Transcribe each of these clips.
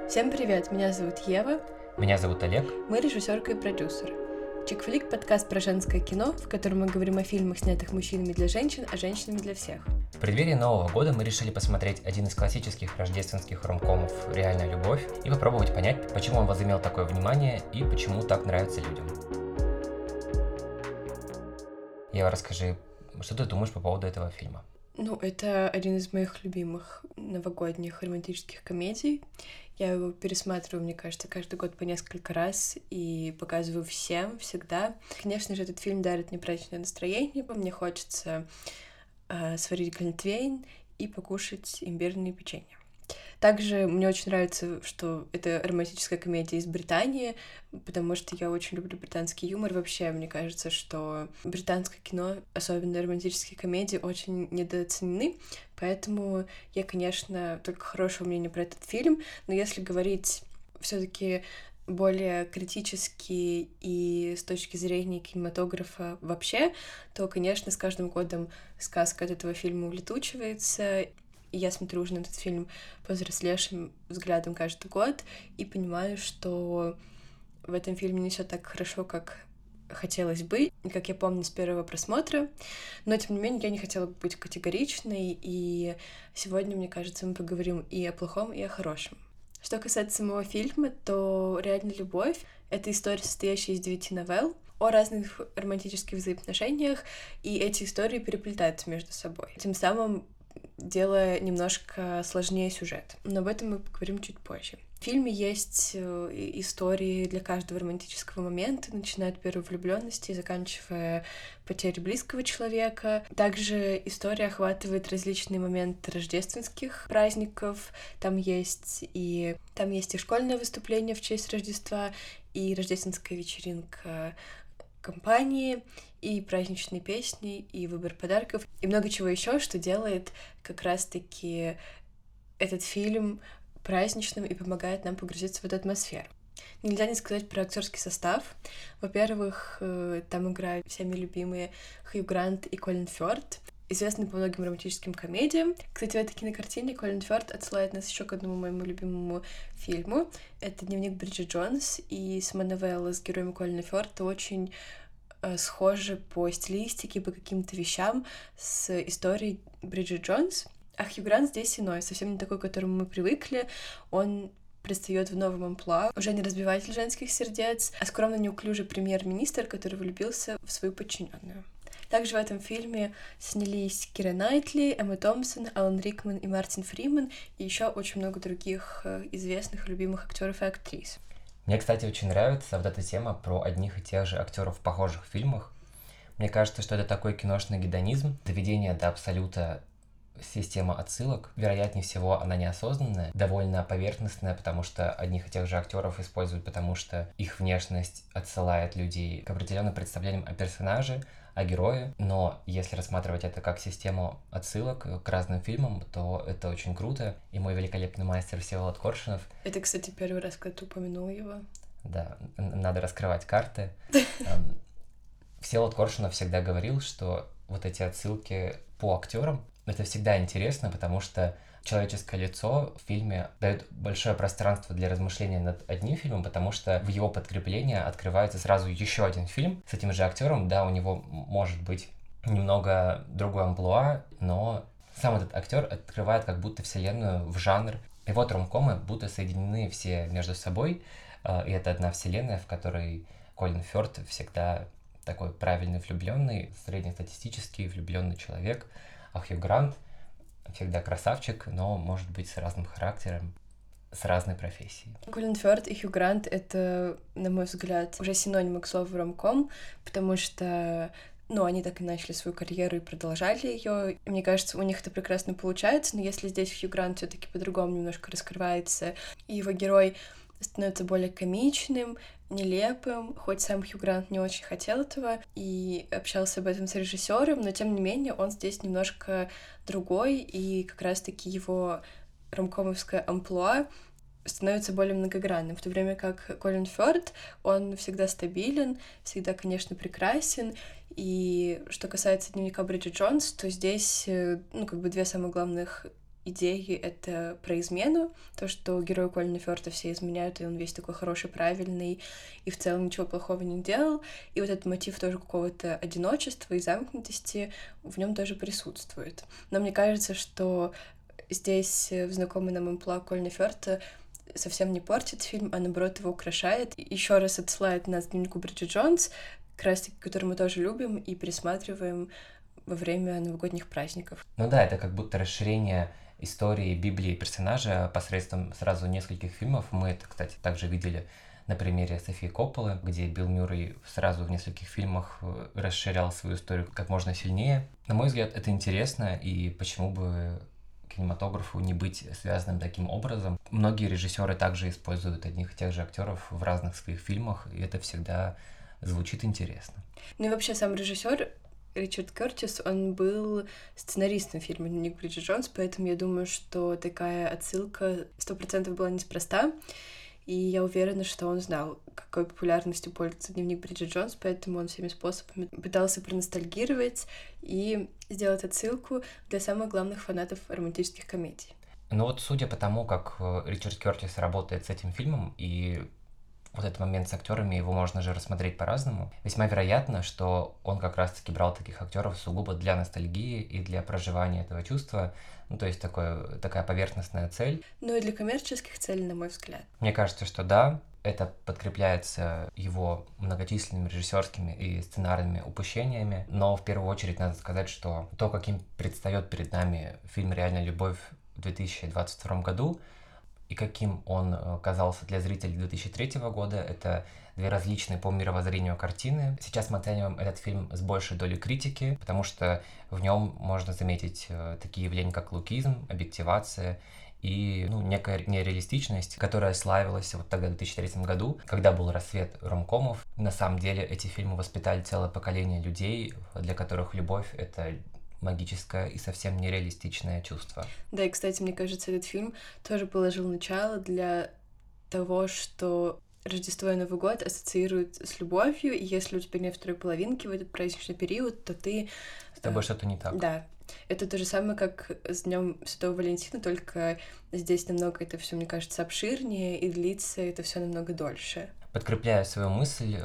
Всем привет, меня зовут Ева. Меня зовут Олег. Мы режиссерка и продюсер. Чик-флик — подкаст про женское кино, в котором мы говорим о фильмах, снятых мужчинами для женщин, а женщинами для всех. В преддверии Нового года мы решили посмотреть один из классических рождественских ромкомов «Реальная любовь» и попробовать понять, почему он возымел такое внимание и почему так нравится людям. Ева, расскажи, что ты думаешь по поводу этого фильма? Это один из моих любимых новогодних романтических комедий. Я его пересматриваю, мне кажется, каждый год по несколько раз и показываю всем, всегда. Конечно же, этот фильм дарит мне праздничное настроение. Мне хочется сварить глинтвейн и покушать имбирные печенья. Также мне очень нравится, что это романтическая комедия из Британии, потому что я очень люблю британский юмор. Вообще, мне кажется, что британское кино, особенно романтические комедии, очень недооценены, поэтому я, конечно, только хорошего мнения про этот фильм, но если говорить все-таки более критически и с точки зрения кинематографа вообще, то, конечно, с каждым годом сказка от этого фильма улетучивается. И я смотрю уже на этот фильм повзрослевшим взглядом каждый год и понимаю, что в этом фильме не все так хорошо, как хотелось бы, и как я помню с первого просмотра. Но, тем не менее, я не хотела бы быть категоричной, и сегодня, мне кажется, мы поговорим и о плохом, и о хорошем. Что касается самого фильма, то «Реальная любовь» — это история, состоящая из 9 новелл о разных романтических взаимоотношениях, и эти истории переплетаются между собой, тем самым делая немножко сложнее сюжет. Но об этом мы поговорим чуть позже. В фильме есть истории для каждого романтического момента, начиная от первой влюбленности и заканчивая потерей близкого человека. Также история охватывает различные моменты рождественских праздников. Там есть и школьное выступление в честь Рождества, и рождественская вечеринка компании, и праздничные песни, и выбор подарков, и много чего еще, что делает как раз-таки этот фильм праздничным и помогает нам погрузиться в эту атмосферу. Нельзя не сказать про актерский состав. Во-первых, там играют всеми любимые Хью Грант и Колин Фёрд, известный по многим романтическим комедиям. Кстати, в этой кинокартине Колин Фёрд отсылает нас еще к одному моему любимому фильму. Это «Дневник Бриджит Джонс», и сама новелла с героем Колина Фёрда очень схожи по стилистике, по каким-то вещам с историей Бриджит Джонс. А Хью Грант здесь иной, совсем не такой, к которому мы привыкли. Он предстаёт в новом амплуа, уже не разбиватель женских сердец, а скромно неуклюжий премьер-министр, который влюбился в свою подчиненную. Также в этом фильме снялись Кира Найтли, Эмма Томпсон, Алан Рикман и Мартин Фриман, и еще очень много других известных и любимых актеров и актрис. Мне, кстати, очень нравится вот эта тема про одних и тех же актеров в похожих фильмах. Мне кажется, что это такой киношный гедонизм, доведение до абсолюта система отсылок. Вероятнее всего, она неосознанная, довольно поверхностная, потому что одних и тех же актеров используют, потому что их внешность отсылает людей к определенным представлениям о персонаже, о герое. Но если рассматривать это как систему отсылок к разным фильмам, то это очень круто. И мой великолепный мастер Всеволод Коршунов... Это, кстати, первый раз, когда ты упомянул его. Да, надо раскрывать карты. Всеволод Коршунов всегда говорил, что вот эти отсылки по актерам это всегда интересно, потому что человеческое лицо в фильме дает большое пространство для размышления над одним фильмом, потому что в его подкрепление открывается сразу еще один фильм с этим же актером. Да, у него может быть немного другой амплуа, но сам этот актер открывает как будто вселенную в жанр. И вот ромкомы будто соединены все между собой, и это одна вселенная, в которой Колин Фёрд всегда такой правильный влюбленный, среднестатистический влюбленный человек, а Хью Грант всегда красавчик, но, может быть, с разным характером, с разной профессией. Колин Фёрд и Хью Грант — это, на мой взгляд, уже синонимы к слову ромком, потому что они так и начали свою карьеру и продолжали ее. Мне кажется, у них это прекрасно получается, но если здесь Хью Грант все-таки по-другому немножко раскрывается, и его герой становится более комичным, нелепым, хоть сам Хью Грант не очень хотел этого и общался об этом с режиссером, но тем не менее он здесь немножко другой, и как раз-таки его ромкомовское амплуа становится более многогранным, в то время как Колин Фёрд, он всегда стабилен, всегда, конечно, прекрасен, и что касается дневника Бриджит Джонс, то здесь, две самых главных идеи — это про измену, то, что герою Колина Фёрта все изменяют, и он весь такой хороший, правильный, и в целом ничего плохого не делал. И вот этот мотив тоже какого-то одиночества и замкнутости в нем тоже присутствует. Но мне кажется, что здесь в знакомый нам амплуа Колина Фёрта совсем не портит фильм, а наоборот его украшает. Еще раз отсылает нас к дневнику Бриджит Джонс, как раз-таки, который мы тоже любим и пересматриваем во время новогодних праздников. Ну да, это как будто расширение истории, Библии персонажа посредством сразу нескольких фильмов. Мы это, кстати, также видели на примере Софии Копполы, где Билл Мюррей сразу в нескольких фильмах расширял свою историю как можно сильнее. На мой взгляд, это интересно, и почему бы кинематографу не быть связанным таким образом. Многие режиссеры также используют одних и тех же актеров в разных своих фильмах, и это всегда звучит интересно. Ну и вообще сам режиссер Ричард Кёртис, он был сценаристом фильма «Дневник Бриджит Джонс», поэтому я думаю, что такая отсылка 100% была неспроста. И я уверена, что он знал, какой популярностью пользуется «Дневник Бриджит Джонс», поэтому он всеми способами пытался проностальгировать и сделать отсылку для самых главных фанатов романтических комедий. Ну вот судя по тому, как Ричард Кёртис работает с этим фильмом, и вот этот момент с актерами, его можно же рассмотреть по-разному. Весьма вероятно, что он как раз-таки брал таких актеров сугубо для ностальгии и для проживания этого чувства. Ну, то есть такая поверхностная цель. Ну и для коммерческих целей, на мой взгляд. Мне кажется, что да, это подкрепляется его многочисленными режиссерскими и сценарными упущениями. Но в первую очередь надо сказать, что то, каким предстает перед нами фильм «Реальная любовь» в 2022 году, и каким он казался для зрителей 2003 года, это две различные по мировоззрению картины. Сейчас мы оцениваем этот фильм с большей долей критики, потому что в нем можно заметить такие явления, как лукизм, объективация и некая нереалистичность, которая славилась вот тогда, в 2003 году, когда был расцвет ромкомов. На самом деле эти фильмы воспитали целое поколение людей, для которых любовь — это магическое и совсем нереалистичное чувство. Да, и, кстати, мне кажется, этот фильм тоже положил начало для того, что Рождество и Новый год ассоциируют с любовью, и если у тебя нет второй половинки в этот праздничный период, то ты... С тобой что-то не так. Да. Это то же самое, как с Днем Святого Валентина, только здесь намного это все, мне кажется, обширнее, и длится это все намного дольше. Подкрепляя свою мысль,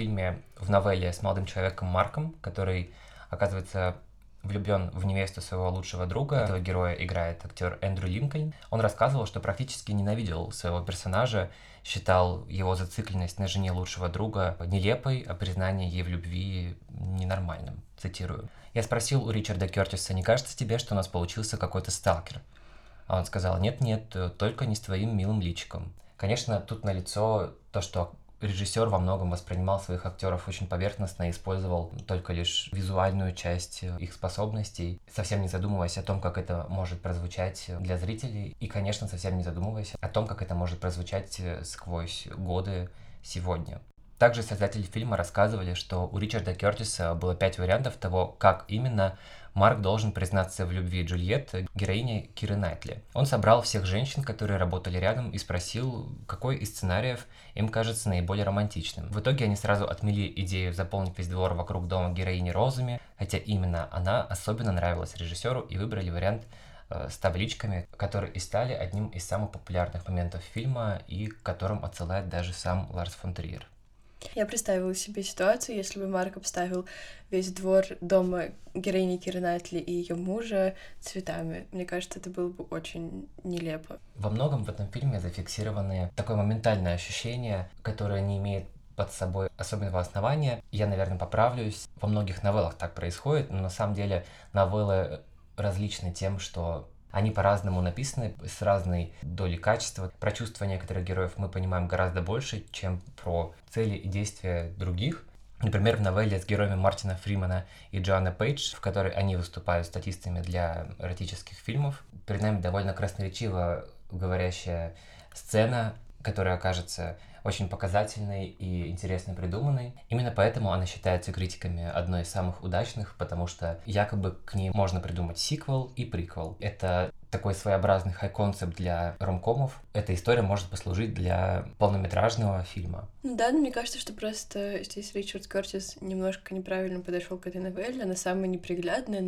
в новелле с молодым человеком Марком, который, оказывается, влюблен в невесту своего лучшего друга. Этого героя играет актер Эндрю Линкольн. Он рассказывал, что практически ненавидел своего персонажа, считал его зацикленность на жене лучшего друга нелепой, а признание ей в любви ненормальным. Цитирую. Я спросил у Ричарда Кёртиса, не кажется тебе, что у нас получился какой-то сталкер? А он сказал, нет-нет, только не с твоим милым личиком. Конечно, тут налицо то, что режиссер во многом воспринимал своих актеров очень поверхностно и использовал только лишь визуальную часть их способностей, совсем не задумываясь о том, как это может прозвучать для зрителей, и, конечно, совсем не задумываясь о том, как это может прозвучать сквозь годы сегодня. Также создатели фильма рассказывали, что у Ричарда Кёртиса было 5 вариантов того, как именно Марк должен признаться в любви Джульетты, героине Киры Найтли. Он собрал всех женщин, которые работали рядом, и спросил, какой из сценариев им кажется наиболее романтичным. В итоге они сразу отмели идею заполнить весь двор вокруг дома героини розами, хотя именно она особенно нравилась режиссеру, и выбрали вариант с табличками, которые и стали одним из самых популярных моментов фильма, и к которым отсылает даже сам Ларс фон Триер. Я представила себе ситуацию, если бы Марк обставил весь двор дома героини Киры Найтли и ее мужа цветами. Мне кажется, это было бы очень нелепо. Во многом в этом фильме зафиксированы такое моментальное ощущение, которое не имеет под собой особенного основания. Я, наверное, поправлюсь. Во многих новеллах так происходит, но на самом деле новеллы различны тем, что они по-разному написаны, с разной долей качества. Про чувства некоторых героев мы понимаем гораздо больше, чем про цели и действия других. Например, в новелле с героями Мартина Фримена и Джоанны Пейдж, в которой они выступают статистами для эротических фильмов, перед нами довольно красноречиво говорящая сцена, которая окажется очень показательной и интересно придуманной. Именно поэтому она считается критиками одной из самых удачных, потому что якобы к ней можно придумать сиквел и приквел. Это такой своеобразный хай-концепт для ромкомов. Эта история может послужить для полнометражного фильма. Ну да, но мне кажется, что просто здесь Ричард Кёртис немножко неправильно подошел к этой новелле. Она самая неприглядная, но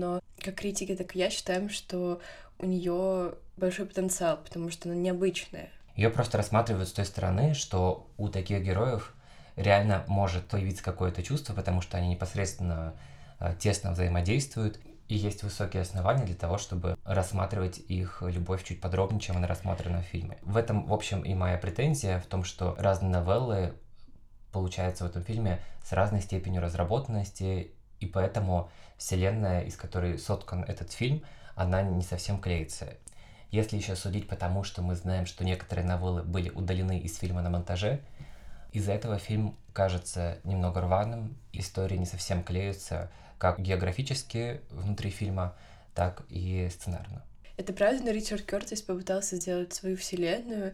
как критики, так и я считаем, что у нее большой потенциал, потому что она необычная. Ее просто рассматривают с той стороны, что у таких героев реально может появиться какое-то чувство, потому что они непосредственно тесно взаимодействуют, и есть высокие основания для того, чтобы рассматривать их любовь чуть подробнее, чем она рассмотрена в фильме. В этом, в общем, и моя претензия, в том, что разные новеллы получаются в этом фильме с разной степенью разработанности, и поэтому вселенная, из которой соткан этот фильм, она не совсем клеится. Если еще судить по тому, что мы знаем, что некоторые новеллы были удалены из фильма на монтаже, из-за этого фильм кажется немного рваным, истории не совсем клеются, как географически внутри фильма, так и сценарно. Это правда, но Ричард Кёртис попытался сделать свою вселенную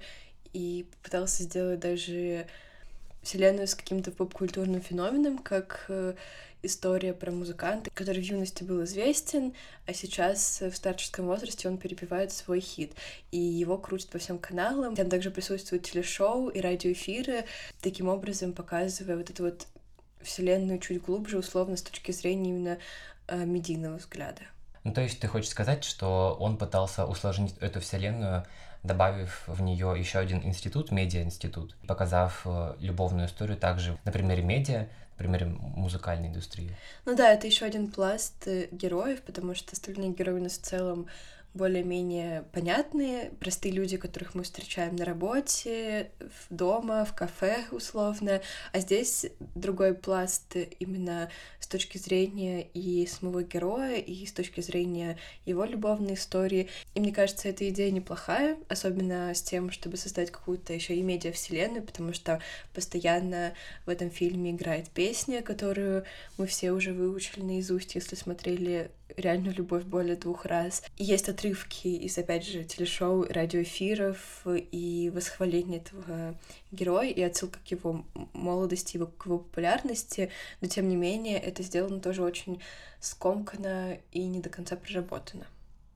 и попытался сделать даже вселенную с каким-то поп-культурным феноменом, как история про музыканта, который в юности был известен, а сейчас в старческом возрасте он перепевает свой хит, и его крутят по всем каналам. Там также присутствуют телешоу и радиоэфиры, таким образом показывая вот эту вот вселенную чуть глубже, условно, с точки зрения именно медийного взгляда. Ну, то есть ты хочешь сказать, что он пытался усложнить эту вселенную, добавив в нее еще один институт, медиа-институт, показав любовную историю также на примере медиа, на примере музыкальной индустрии. Ну да, это еще один пласт героев, потому что остальные герои у нас в целом более-менее понятные, простые люди, которых мы встречаем на работе, дома, в кафе условно, а здесь другой пласт именно с точки зрения и самого героя, и с точки зрения его любовной истории. И мне кажется, эта идея неплохая, особенно с тем, чтобы создать какую-то еще и медиа-вселенную, потому что постоянно в этом фильме играет песня, которую мы все уже выучили наизусть, если смотрели «Реальную любовь» более 2 раз. И есть отрывки из, опять же, телешоу, радиоэфиров и восхваление этого героя, и отсылка к его молодости, к его популярности, но, тем не менее, это сделано тоже очень скомканно и не до конца проработано.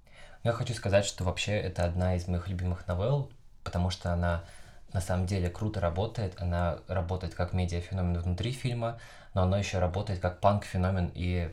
Я хочу сказать, что вообще это одна из моих любимых новелл, потому что она на самом деле круто работает, она работает как медиафеномен внутри фильма, но она еще работает как панк-феномен и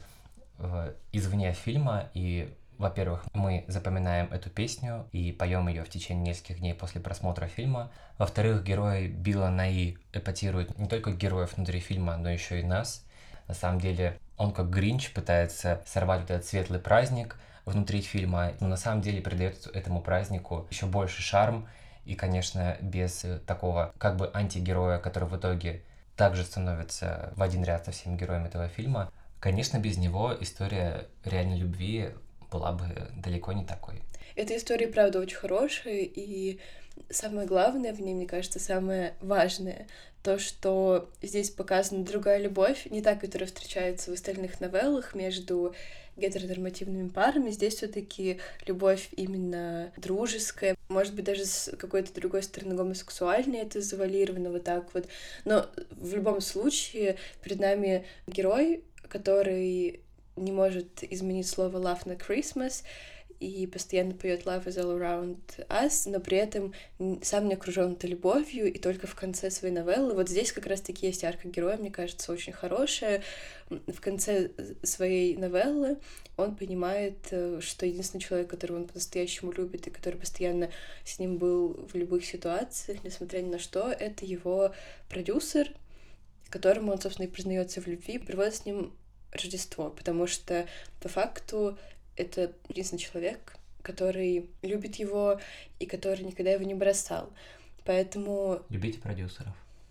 извне фильма, и, во-первых, мы запоминаем эту песню и поем ее в течение нескольких дней после просмотра фильма. Во-вторых, герой Билла Найи эпатирует не только героев внутри фильма, но еще и нас. На самом деле, он как Гринч пытается сорвать вот этот светлый праздник внутри фильма, но на самом деле придает этому празднику еще больше шарм, и, конечно, без такого как бы антигероя, который в итоге также становится в один ряд со всеми героями этого фильма, конечно, без него история реальной любви была бы далеко не такой. Эта история, правда, очень хорошая, и самое главное в ней, мне кажется, самое важное, то, что здесь показана другая любовь, не та, которая встречается в остальных новеллах между гетеронормативными парами. Здесь все-таки любовь именно дружеская, может быть, даже с какой-то другой стороны гомосексуальной это завуалировано вот так вот. Но в любом случае перед нами герой, который не может изменить слово love на Christmas и постоянно поет love is all around us, но при этом сам не окружен этой любовью, и только в конце своей новеллы, вот здесь как раз-таки есть арка героя, мне кажется, очень хорошая. В конце своей новеллы он понимает, что единственный человек, которого он по-настоящему любит и который постоянно с ним был в любых ситуациях, несмотря ни на что, это его продюсер, которому он, собственно, и признается в любви, проводит с ним Рождество, потому что по факту это единственный человек, который любит его и который никогда его не бросал. Поэтому... Любите продюсеров.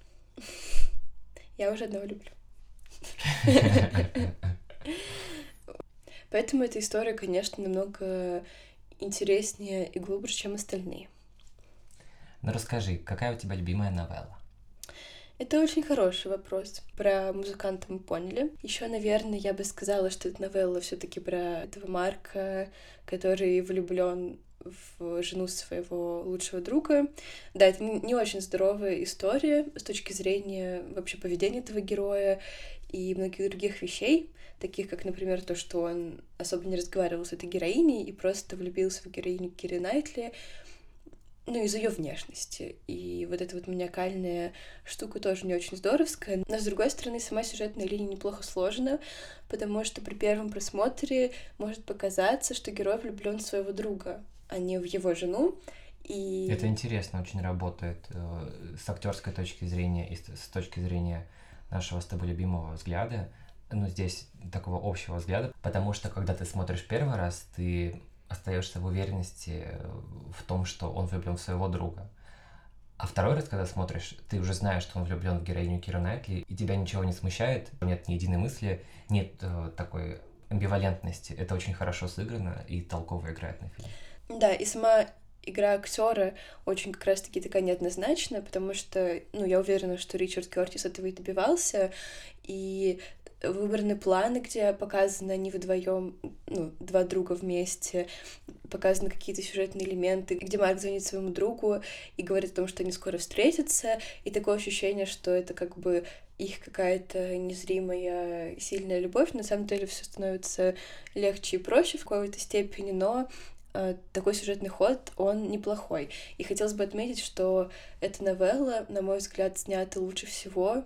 Я уже одного люблю. Поэтому эта история, конечно, намного интереснее и глубже, чем остальные. Ну расскажи, какая у тебя любимая новелла? Это очень хороший вопрос. Про музыканта мы поняли. Еще, наверное, я бы сказала, что эта новелла все-таки про этого Марка, который влюблен в жену своего лучшего друга. Да, это не очень здоровая история с точки зрения вообще поведения этого героя и многих других вещей, таких как, например, то, что он особо не разговаривал с этой героиней и просто влюбился в героиню Киры Найтли. ну, из-за ее внешности. И вот эта вот маниакальная штука тоже не очень здоровская. Но, с другой стороны, сама сюжетная линия неплохо сложена, потому что при первом просмотре может показаться, что герой влюблен в своего друга, а не в его жену. И... Это интересно, очень работает с актерской точки зрения и с точки зрения нашего с тобой любимого взгляда, ну, здесь такого общего взгляда, потому что, когда ты смотришь первый раз, ты остаешься в уверенности в том, что он влюблен в своего друга. А второй раз, когда смотришь, ты уже знаешь, что он влюблен в героиню Киру Найтли, и тебя ничего не смущает, нет ни единой мысли, нет такой амбивалентности. Это очень хорошо сыграно и толково играет на фильме. Да, и сама игра актера очень как раз-таки такая неоднозначная, потому что, ну, я уверена, что Ричард Кёртис этого и добивался, и выбраны планы, где показаны они вдвоем, ну, два друга вместе, показаны какие-то сюжетные элементы, где Марк звонит своему другу и говорит о том, что они скоро встретятся, и такое ощущение, что это как бы их какая-то незримая сильная любовь. На самом деле все становится легче и проще в какой-то степени, но такой сюжетный ход, он неплохой. И хотелось бы отметить, что эта новелла, на мой взгляд, снята лучше всего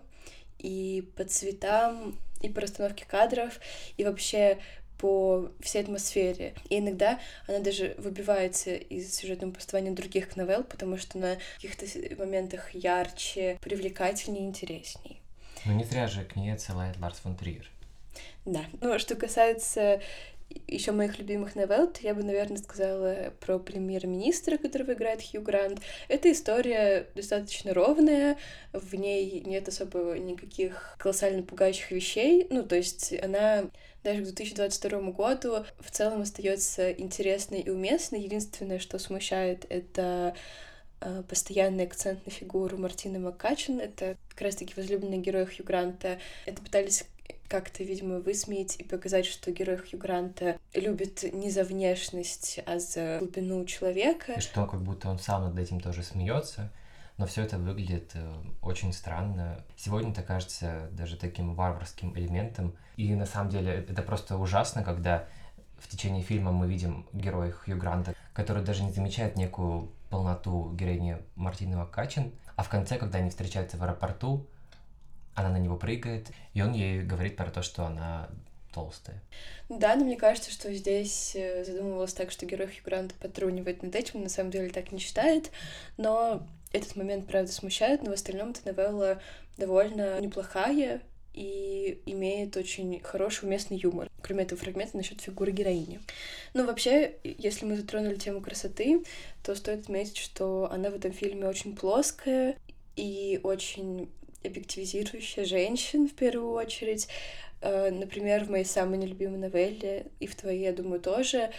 и по цветам, и по расстановке кадров, и вообще по всей атмосфере. И иногда она даже выбивается из сюжетного повествования других новелл, потому что на каких-то моментах ярче, привлекательнее, интересней. Ну не зря же к ней отсылает Ларс фон Триер. Да. Ну, что касается еще моих любимых новелл, то я бы, наверное, сказала про премьер-министра, которого играет Хью Грант. Эта история достаточно ровная, в ней нет особо никаких колоссально пугающих вещей, ну, то есть она даже к 2022 году в целом остается интересной и уместной. Единственное, что смущает, это постоянный акцент на фигуру Мартины МакКатчен. Это как раз-таки возлюбленный герой Хью Гранта. Это пытались как-то, видимо, высмеять и показать, что герой Хью Гранта любит не за внешность, а за глубину человека. И что как будто он сам над этим тоже смеется, но все это выглядит очень странно. Сегодня это кажется даже таким варварским элементом. И на самом деле это просто ужасно, когда в течение фильма мы видим героя Хью Гранта, который даже не замечает некую полноту героини Мартины МакКатчен, а в конце, когда они встречаются в аэропорту, она на него прыгает, и он ей говорит про то, что она толстая. Да, но мне кажется, что здесь задумывалось так, что герой Хью Гранта потрунивает над этим, на самом деле так не считает, но этот момент, правда, смущает, но в остальном эта новелла довольно неплохая и имеет очень хороший уместный юмор. Кроме этого фрагмента насчет фигуры героини. Ну, вообще, если мы затронули тему красоты, то стоит отметить, что она в этом фильме очень плоская и очень объективизирующая женщин в первую очередь. Например, в моей самой нелюбимой новелле, и в твоей, я думаю, тоже,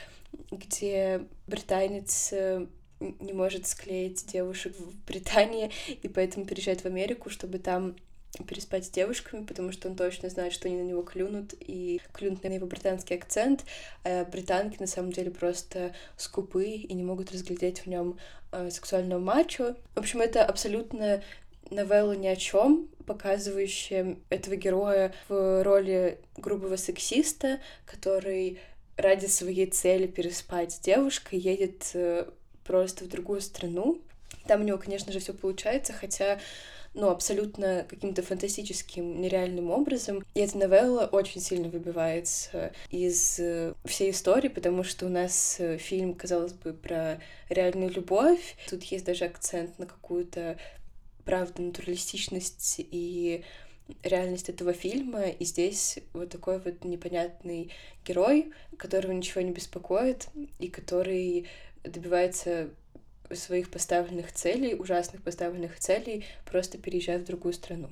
где британец не может склеить девушек в Британии, и поэтому переезжает в Америку, чтобы там переспать с девушками, потому что он точно знает, что они на него клюнут, и клюнут на его британский акцент, а британки на самом деле просто скупы и не могут разглядеть в нем сексуального мачо. В общем, это абсолютно новелла ни о чем, показывающая этого героя в роли грубого сексиста, который ради своей цели переспать с девушкой едет просто в другую страну. Там у него, конечно же, все получается, хотя абсолютно каким-то фантастическим, нереальным образом. И эта новелла очень сильно выбивается из всей истории, потому что у нас фильм, казалось бы, про реальную любовь. Тут есть даже акцент на какую-то правда, натуралистичность и реальность этого фильма, и здесь вот такой вот непонятный герой, которого ничего не беспокоит, и который добивается своих поставленных целей, ужасных поставленных целей, просто переезжая в другую страну.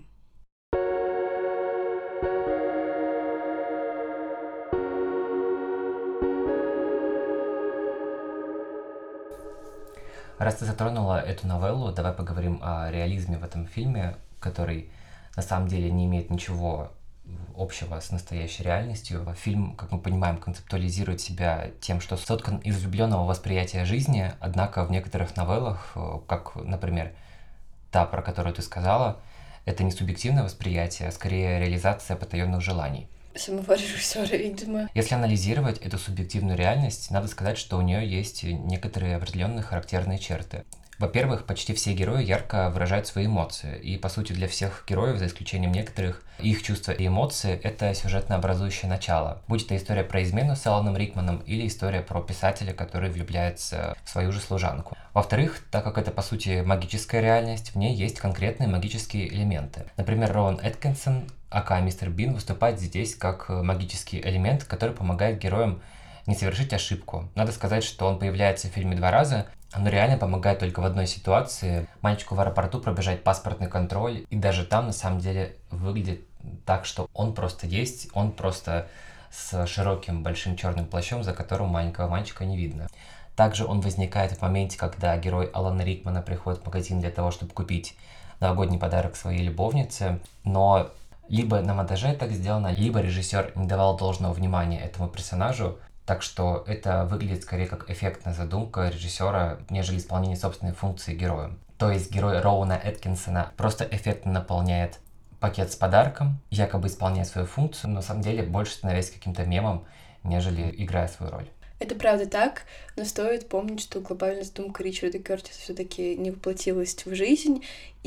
Раз ты затронула эту новеллу, давай поговорим о реализме в этом фильме, который на самом деле не имеет ничего общего с настоящей реальностью. Фильм, как мы понимаем, концептуализирует себя тем, что соткан из влюбленного восприятия жизни, однако в некоторых новеллах, как, например, та, про которую ты сказала, это не субъективное восприятие, а скорее реализация потаенных желаний. Самого режиссера, видимо. Если анализировать эту субъективную реальность, надо сказать, что у нее есть некоторые определенные характерные черты. Во-первых, почти все герои ярко выражают свои эмоции, и, по сути, для всех героев, за исключением некоторых, их чувства и эмоции — это сюжетно-образующее начало. Будь это история про измену с Аланом Рикманом или история про писателя, который влюбляется в свою же служанку. Во-вторых, так как это, по сути, магическая реальность, в ней есть конкретные магические элементы. Например, Роуэн Эткинсон, ака Мистер Бин, выступает здесь как магический элемент, который помогает героям не совершить ошибку. Надо сказать, что он появляется в фильме 2 раза, но реально помогает только в одной ситуации. Мальчику в аэропорту пробежать паспортный контроль, и даже там на самом деле выглядит так, что он просто есть, он просто с широким большим черным плащом, за которым маленького мальчика не видно. Также он возникает в моменте, когда герой Алана Рикмана приходит в магазин для того, чтобы купить новогодний подарок своей любовнице, но либо на монтаже так сделано, либо режиссер не давал должного внимания этому персонажу, так что это выглядит скорее как эффектная задумка режиссера, нежели исполнение собственной функции героем. То есть герой Роуэна Эткинсона просто эффектно наполняет пакет с подарком, якобы исполняя свою функцию, но на самом деле больше становясь каким-то мемом, нежели играя свою роль. Это правда так, но стоит помнить, что глобальная задумка Ричарда Кёртиса все-таки не воплотилась в жизнь,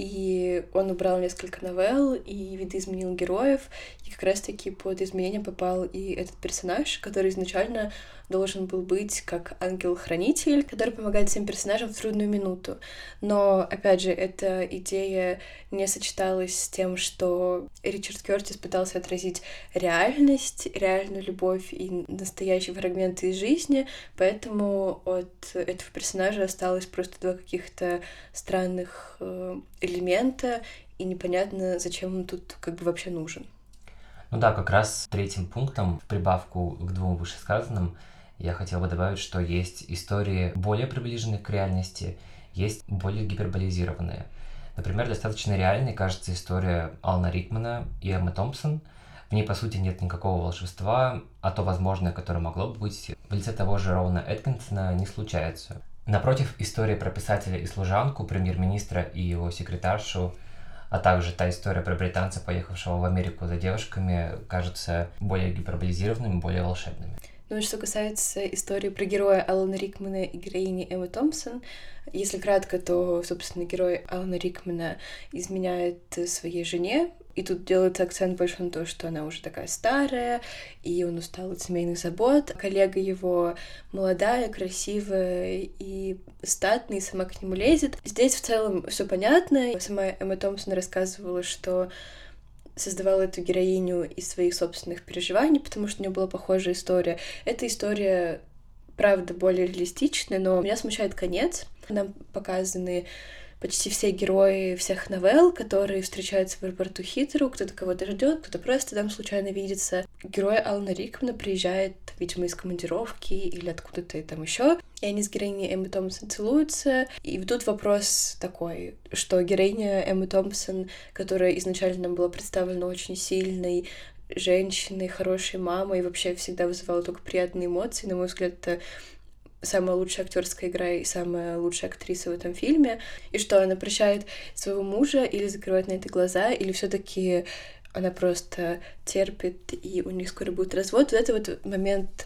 и он убрал несколько новелл и видоизменил героев, и как раз-таки под изменения попал и этот персонаж, который изначально должен был быть как ангел-хранитель, который помогает всем персонажам в трудную минуту. Но, опять же, эта идея не сочеталась с тем, что Ричард Кёртис пытался отразить реальность, реальную любовь и настоящие фрагменты из жизни, поэтому от этого персонажа осталось просто 2 каких-то странных элемента, и непонятно, зачем он тут как бы вообще нужен. Ну да, как раз 3-м пунктом, в прибавку к 2 вышесказанным, я хотел бы добавить, что есть истории более приближенные к реальности, есть более гиперболизированные. Например, достаточно реальной кажется история Алана Рикмана и Эммы Томпсон. В ней, по сути, нет никакого волшебства, а то возможное, которое могло бы быть, в лице того же Роуэна Эткинсона не случается. Напротив, история про писателя и служанку, премьер-министра и его секретаршу, а также та история про британца, поехавшего в Америку за девушками, кажется более гиперболизированными, более волшебными. Ну и что касается истории про героя Алана Рикмана и героини Эммы Томпсон, если кратко, то, собственно, герой Алана Рикмана изменяет своей жене, и тут делается акцент больше на то, что она уже такая старая, и он устал от семейных забот. Коллега его молодая, красивая и статная, и сама к нему лезет. Здесь в целом все понятно. Сама Эмма Томпсон рассказывала, что создавала эту героиню из своих собственных переживаний, потому что у нее была похожая история. Эта история, правда, более реалистичная, но меня смущает конец. Нам показаны почти все герои всех новелл, которые встречаются в аэропорту Хитроу, кто-то кого-то ждет, кто-то просто там случайно видится. Герой Алана Рикмана приезжает, видимо, из командировки или откуда-то там еще, и они с героиней Эммы Томпсон целуются. И тут вопрос такой, что героиня Эммы Томпсон, которая изначально нам была представлена очень сильной женщиной, хорошей мамой, и вообще всегда вызывала только приятные эмоции, на мой взгляд, это самая лучшая актерская игра и самая лучшая актриса в этом фильме, и что она прощает своего мужа или закрывает на это глаза, или все-таки она просто терпит, и у них скоро будет развод. Вот это вот момент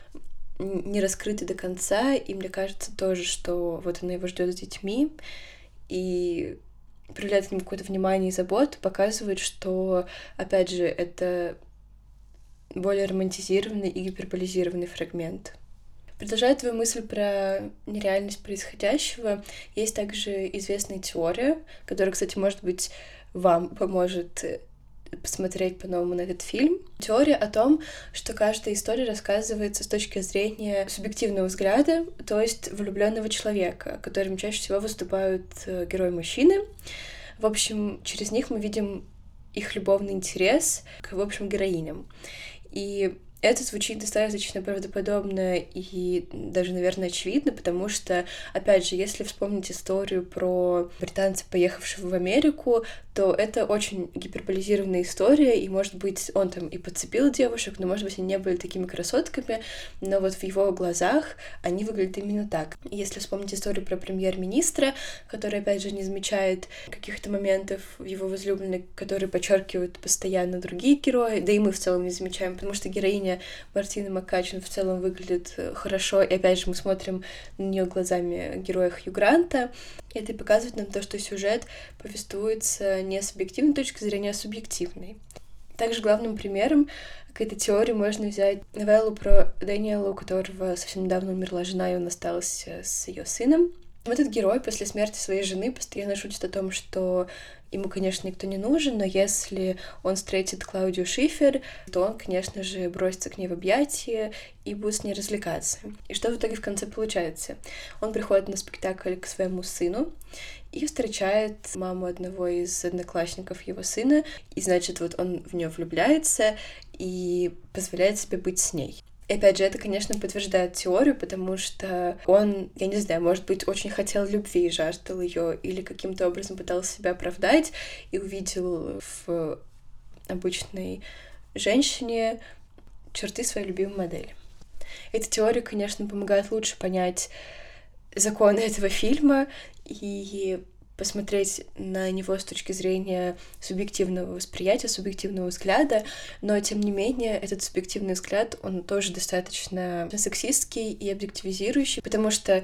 не раскрытый до конца, и мне кажется тоже, что вот она его ждет с детьми, и проявляет к нему какое-то внимание и заботу, показывает, что, опять же, это более романтизированный и гиперболизированный фрагмент. Продолжая твою мысль про нереальность происходящего, есть также известная теория, которая, кстати, может быть, вам поможет посмотреть по-новому на этот фильм. Теория о том, что каждая история рассказывается с точки зрения субъективного взгляда, то есть влюбленного человека, которым чаще всего выступают герои-мужчины. В общем, через них мы видим их любовный интерес к, в общем, героиням. И это звучит достаточно правдоподобно и даже, наверное, очевидно, потому что, опять же, если вспомнить историю про британца, поехавшего в Америку, то это очень гиперболизированная история, и, может быть, он там и подцепил девушек, но, может быть, они не были такими красотками, но вот в его глазах они выглядят именно так. Если вспомнить историю про премьер-министра, который, опять же, не замечает каких-то моментов в его возлюбленной, которые подчеркивают постоянно другие герои, да и мы в целом не замечаем, потому что героиня зрения Мартины Маккачен в целом выглядит хорошо, и опять же мы смотрим на нее глазами героя Хью Гранта. Это и показывает нам то, что сюжет повествуется не с объективной точки зрения, а с субъективной. Также главным примером какой-то теории можно взять новеллу про Дэниела, у которого совсем недавно умерла жена, и он остался с ее сыном. Этот герой после смерти своей жены постоянно шутит о том, что ему, конечно, никто не нужен, но если он встретит Клаудию Шифер, то он, конечно же, бросится к ней в объятия и будет с ней развлекаться. И что в итоге в конце получается? Он приходит на спектакль к своему сыну и встречает маму одного из одноклассников его сына, и, значит, вот он в нее влюбляется и позволяет себе быть с ней. И опять же, это, конечно, подтверждает теорию, потому что он, я не знаю, может быть, очень хотел любви и жаждал ее, или каким-то образом пытался себя оправдать и увидел в обычной женщине черты своей любимой модели. Эта теория, конечно, помогает лучше понять законы этого фильма и посмотреть на него с точки зрения субъективного восприятия, субъективного взгляда, но, тем не менее, этот субъективный взгляд, он тоже достаточно сексистский и объективизирующий, потому что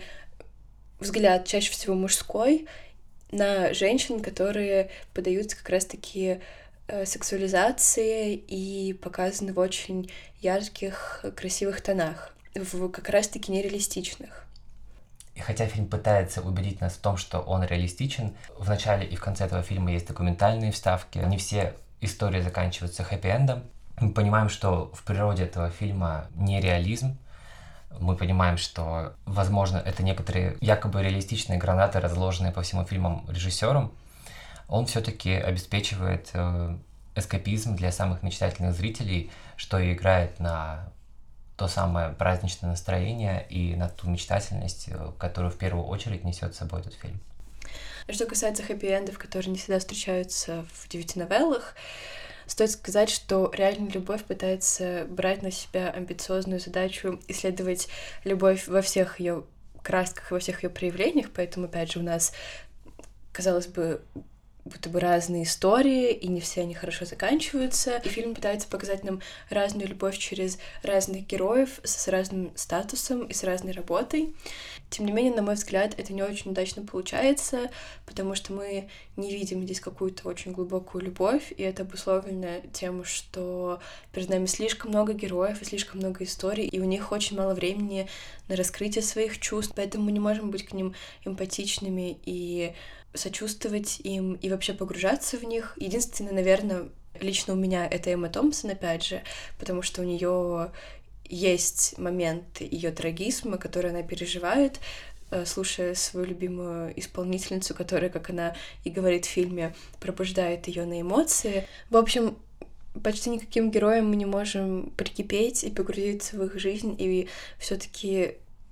взгляд чаще всего мужской на женщин, которые поддаются как раз-таки сексуализации и показаны в очень ярких, красивых тонах, в как раз-таки нереалистичных. И хотя фильм пытается убедить нас в том, что он реалистичен, в начале и в конце этого фильма есть документальные вставки. Не все истории заканчиваются хэппи-эндом. Мы понимаем, что в природе этого фильма нереализм. Мы понимаем, что, возможно, это некоторые якобы реалистичные гранаты, разложенные по всему фильму режиссером. Он все-таки обеспечивает эскапизм для самых мечтательных зрителей, что и играет на то самое праздничное настроение и на ту мечтательность, которую в первую очередь несет с собой этот фильм. Что касается хэппи-эндов, которые не всегда встречаются в 9 новеллах, стоит сказать, что реальная любовь пытается брать на себя амбициозную задачу исследовать любовь во всех ее красках и во всех ее проявлениях, поэтому, опять же, у нас, казалось бы, будто бы разные истории, и не все они хорошо заканчиваются. И фильм пытается показать нам разную любовь через разных героев с разным статусом и с разной работой. Тем не менее, на мой взгляд, это не очень удачно получается, потому что мы не видим здесь какую-то очень глубокую любовь, и это обусловлено тем, что перед нами слишком много героев и слишком много историй, и у них очень мало времени на раскрытие своих чувств, поэтому мы не можем быть к ним эмпатичными и сочувствовать им и вообще погружаться в них. Единственное, наверное, лично у меня это Эмма Томпсон, опять же, потому что у нее есть момент ее трагизма, который она переживает, слушая свою любимую исполнительницу, которая, как она и говорит в фильме, пробуждает ее на эмоции. В общем, почти никаким героям мы не можем прикипеть и погрузиться в их жизнь, и все-таки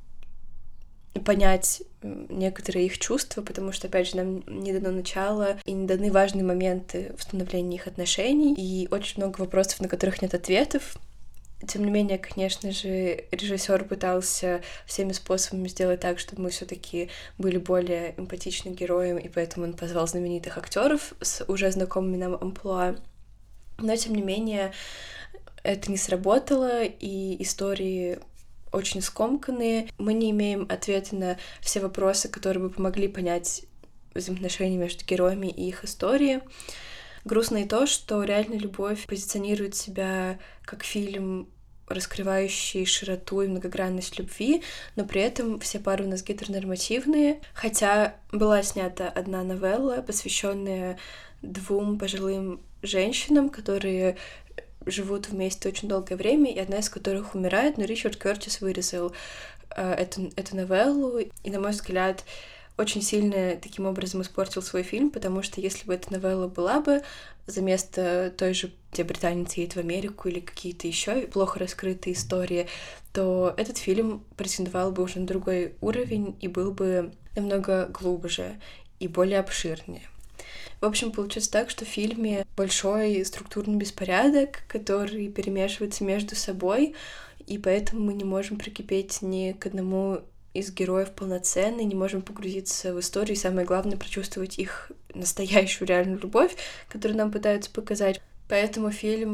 понять некоторые их чувства, потому что, опять же, нам не дано начало и не даны важные моменты в становлении их отношений, и очень много вопросов, на которых нет ответов. Тем не менее, конечно же, режиссер пытался всеми способами сделать так, чтобы мы все-таки были более эмпатичны к героям, и поэтому он позвал знаменитых актеров с уже знакомыми нам амплуа. Но, тем не менее, это не сработало, и истории очень скомканные. Мы не имеем ответа на все вопросы, которые бы помогли понять взаимоотношения между героями и их истории. Грустно и то, что реальная любовь позиционирует себя как фильм, раскрывающий широту и многогранность любви, но при этом все пары у нас гетеронормативные. Хотя была снята одна новелла, посвященная 2 пожилым женщинам, которые живут вместе очень долгое время, и одна из которых умирает, но Ричард Кёртис вырезал эту новеллу, и, на мой взгляд, очень сильно таким образом испортил свой фильм, потому что если бы эта новелла была бы за место той же, где британец едет в Америку или какие-то еще плохо раскрытые истории, то этот фильм претендовал бы уже на другой уровень и был бы намного глубже и более обширнее. В общем, получается так, что в фильме большой структурный беспорядок, который перемешивается между собой, и поэтому мы не можем прикипеть ни к одному из героев полноценно, не можем погрузиться в историю, и самое главное — прочувствовать их настоящую реальную любовь, которую нам пытаются показать. Поэтому фильм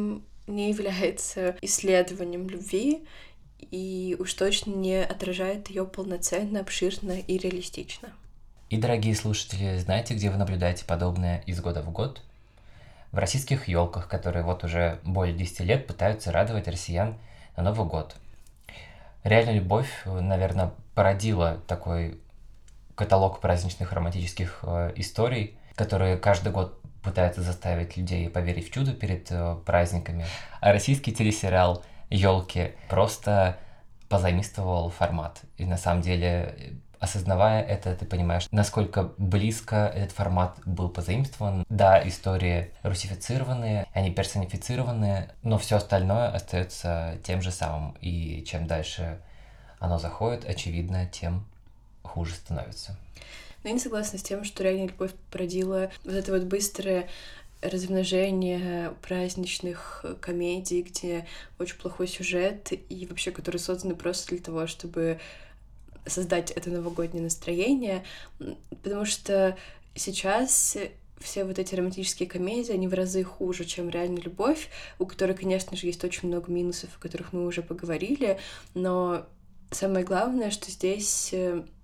не является исследованием любви и уж точно не отражает ее полноценно, обширно и реалистично. И, дорогие слушатели, знаете, где вы наблюдаете подобное из года в год? В российских елках, которые вот уже более 10 лет пытаются радовать россиян на Новый год. «Реальная любовь», наверное, породила такой каталог праздничных романтических историй, которые каждый год пытаются заставить людей поверить в чудо перед праздниками. А российский телесериал «Елки» просто позаимствовал формат. И на самом деле, осознавая это, ты понимаешь, насколько близко этот формат был позаимствован. Да, истории русифицированные, они персонифицированные, но все остальное остается тем же самым. И чем дальше оно заходит, очевидно, тем хуже становится. Но я не согласна с тем, что «Реальная любовь» породила вот это вот быстрое размножение праздничных комедий, где очень плохой сюжет и вообще которые созданы просто для того, чтобы создать это новогоднее настроение, потому что сейчас все вот эти романтические комедии, они в разы хуже, чем «Реальная любовь», у которой, конечно же, есть очень много минусов, о которых мы уже поговорили, но самое главное, что здесь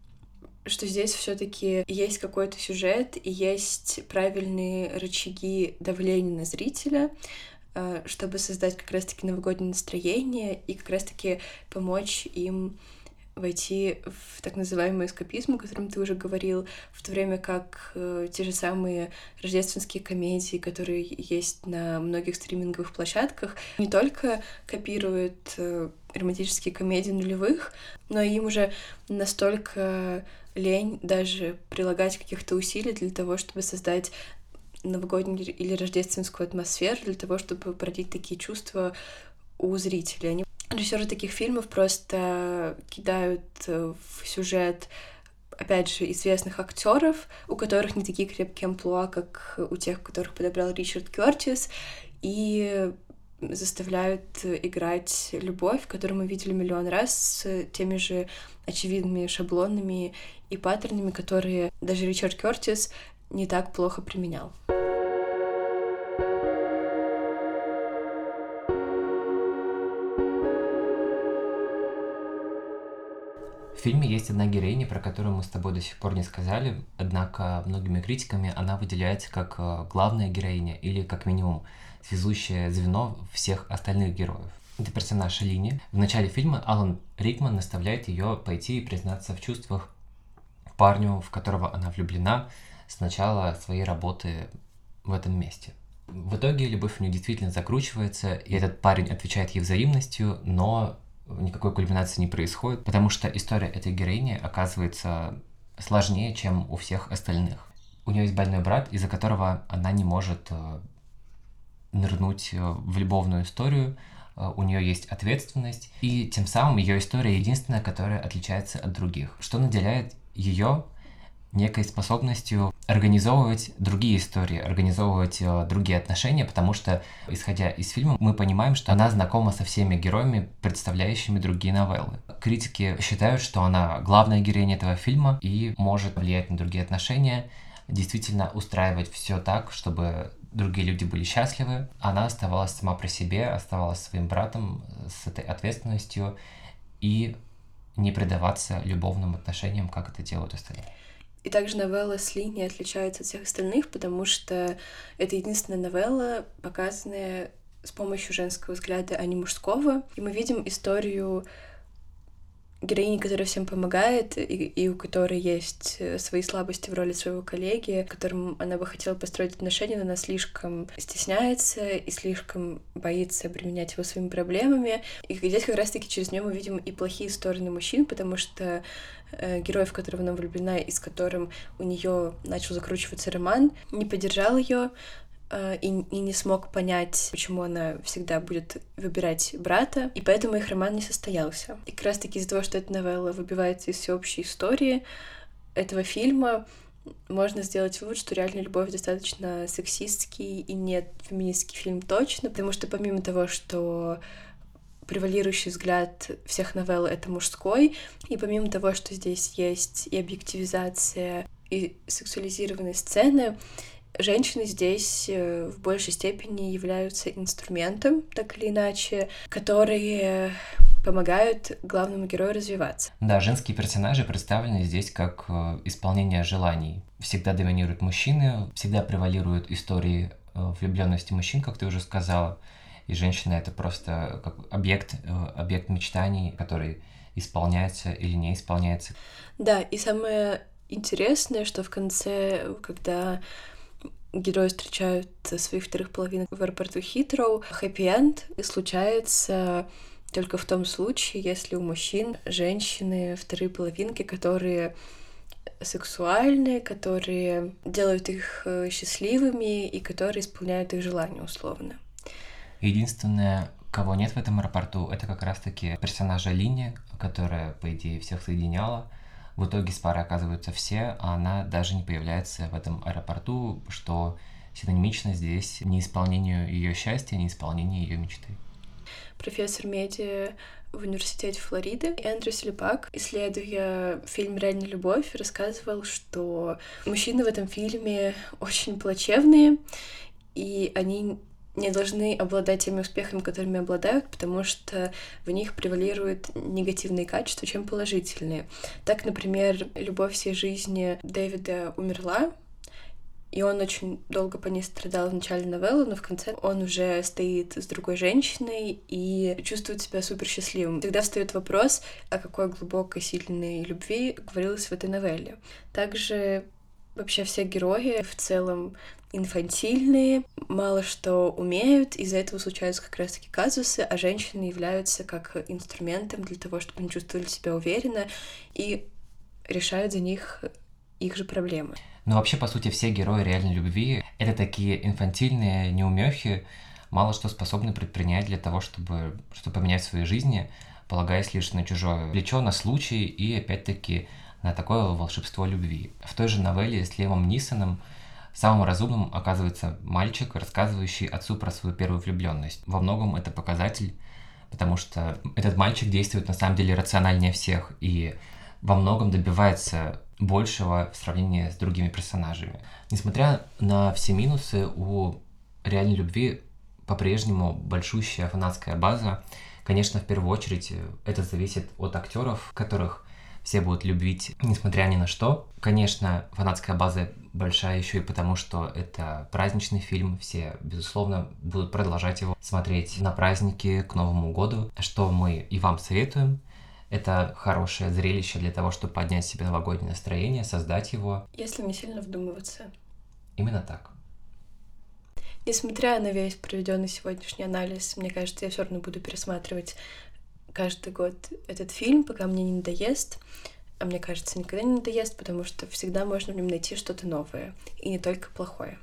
все-таки есть какой-то сюжет и есть правильные рычаги давления на зрителя, чтобы создать как раз-таки новогоднее настроение и как раз-таки помочь им войти в так называемый эскапизм, о котором ты уже говорил, в то время как те же самые рождественские комедии, которые есть на многих стриминговых площадках, не только копируют романтические комедии нулевых, но им уже настолько лень даже прилагать каких-то усилий для того, чтобы создать новогоднюю или рождественскую атмосферу, для того, чтобы породить такие чувства у зрителей. Режиссеры таких фильмов просто кидают в сюжет, опять же, известных актеров, у которых не такие крепкие амплуа, как у тех, которых подобрал Ричард Кёртис, и заставляют играть любовь, которую мы видели миллион раз, с теми же очевидными шаблонами и паттернами, которые даже Ричард Кёртис не так плохо применял. В фильме есть одна героиня, про которую мы с тобой до сих пор не сказали, однако многими критиками она выделяется как главная героиня или, как минимум, связующее звено всех остальных героев. Это персонаж Лини. В начале фильма Алан Рикман наставляет ее пойти и признаться в чувствах парню, в которого она влюблена с начала своей работы в этом месте. В итоге любовь у нее действительно закручивается, и этот парень отвечает ей взаимностью, но никакой кульминации не происходит, потому что история этой героини оказывается сложнее, чем у всех остальных. У нее есть больной брат, из-за которого она не может нырнуть в любовную историю, у нее есть ответственность, и тем самым ее история единственная, которая отличается от других, что наделяет ее некой способностью организовывать другие истории, организовывать другие отношения, потому что, исходя из фильма, мы понимаем, что она знакома со всеми героями, представляющими другие новеллы. Критики считают, что она главная героиня этого фильма и может влиять на другие отношения, действительно устраивать все так, чтобы другие люди были счастливы. Она оставалась сама при себе, оставалась своим братом с этой ответственностью и не предаваться любовным отношениям, как это делают остальные. И также новелла с Ли не отличается от всех остальных, потому что это единственная новелла, показанная с помощью женского взгляда, а не мужского. И мы видим историю героини, которая всем помогает, и у которой есть свои слабости в роли своего коллеги, которым она бы хотела построить отношения, но она слишком стесняется и слишком боится обременять его своими проблемами. И здесь как раз-таки через нее мы видим и плохие стороны мужчин, потому что герой, в которого она влюблена, и с которым у нее начал закручиваться роман, не поддержал ее, и не смог понять, почему она всегда будет выбирать брата, и поэтому их роман не состоялся. И как раз-таки из-за того, что эта новелла выбивается из всеобщей истории этого фильма, можно сделать вывод, что «Реальная любовь» достаточно сексистский и не феминистский фильм точно, потому что помимо того, что превалирующий взгляд всех новелл — это мужской, и помимо того, что здесь есть и объективизация, и сексуализированные сцены, Женщины здесь в большей степени являются инструментом, так или иначе, которые помогают главному герою развиваться. Да, женские персонажи представлены здесь как исполнение желаний. Всегда доминируют мужчины, всегда превалируют истории влюбленности мужчин, как ты уже сказала. И женщина — это просто как объект мечтаний, который исполняется или не исполняется. Да, и самое интересное, что в конце, когда герои встречают своих вторых половинок в аэропорту Хитроу, хэппи-энд случается только в том случае, если у мужчин женщины вторые половинки, которые сексуальные, которые делают их счастливыми и которые исполняют их желания условно. Единственное, кого нет в этом аэропорту, это как раз-таки персонажа Линни, которая, по идее, всех соединяла. В итоге с парой оказываются все, а она даже не появляется в этом аэропорту, что синонимично здесь неисполнению ее счастья, неисполнению ее мечты. Профессор медиа в университете Флориды Эндрю Слепак, исследуя фильм «Реальная любовь», рассказывал, что мужчины в этом фильме очень плачевные, и они не должны обладать теми успехами, которыми обладают, потому что в них превалируют негативные качества, чем положительные. Так, например, любовь всей жизни Дэвида умерла, и он очень долго по ней страдал в начале новеллы, но в конце он уже стоит с другой женщиной и чувствует себя супер счастливым. Тогда встает вопрос, о какой глубокой, сильной любви говорилось в этой новелле. Также вообще все герои в целом инфантильные, мало что умеют, из-за этого случаются как раз-таки казусы, а женщины являются как инструментом для того, чтобы они чувствовали себя уверенно и решают за них их же проблемы. Но вообще, по сути, все герои реальной любви — это такие инфантильные неумехи, мало что способны предпринять для того, чтобы поменять в своей жизни, полагаясь лишь на чужое плечо, на случай и, опять-таки, на такое волшебство любви. В той же новелле с Лемом Нисоном самым разумным оказывается мальчик, рассказывающий отцу про свою первую влюбленность. Во многом это показатель, потому что этот мальчик действует на самом деле рациональнее всех и во многом добивается большего в сравнении с другими персонажами. Несмотря на все минусы, у реальной любви по-прежнему большущая фанатская база. Конечно, в первую очередь это зависит от актеров, которых все будут любить, несмотря ни на что. Конечно, фанатская база большая еще и потому, что это праздничный фильм. Все, безусловно, будут продолжать его смотреть на праздники к Новому году, что мы и вам советуем. Это хорошее зрелище для того, чтобы поднять себе новогоднее настроение, создать его. Если не сильно вдумываться. Именно так. Несмотря на весь проведенный сегодняшний анализ, мне кажется, я все равно буду пересматривать каждый год этот фильм, пока мне не надоест. А мне кажется, никогда не надоест, потому что всегда можно в нем найти что-то новое, и не только плохое.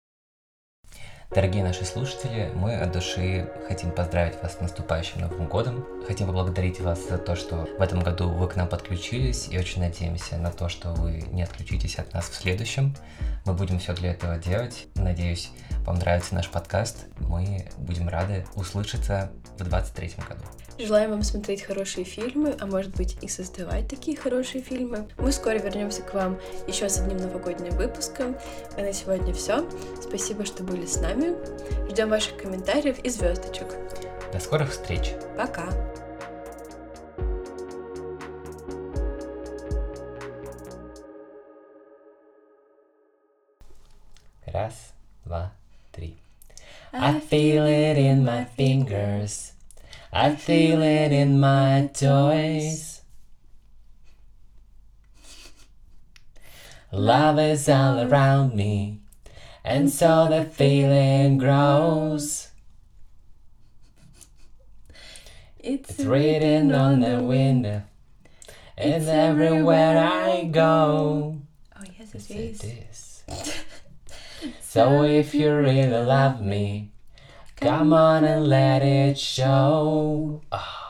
Дорогие наши слушатели, мы от души хотим поздравить вас с наступающим Новым годом. Хотим поблагодарить вас за то, что в этом году вы к нам подключились, и очень надеемся на то, что вы не отключитесь от нас в следующем. Мы будем все для этого делать. Надеюсь, вам нравится наш подкаст. Мы будем рады услышаться в 2023 году. Желаем вам смотреть хорошие фильмы, а может быть и создавать такие хорошие фильмы. Мы скоро вернемся к вам еще с одним новогодним выпуском. А на сегодня все. Спасибо, что были с нами. Ждем ваших комментариев и звездочек. До скорых встреч. Пока. Раз, два, три. I feel it in my fingers. I feel it in my toys. Love is all around me, and so the feeling grows. It's written on the window, it's everywhere I go. Oh yes, it Yes, is. it is. So if you really love me, come on and let it show. Oh.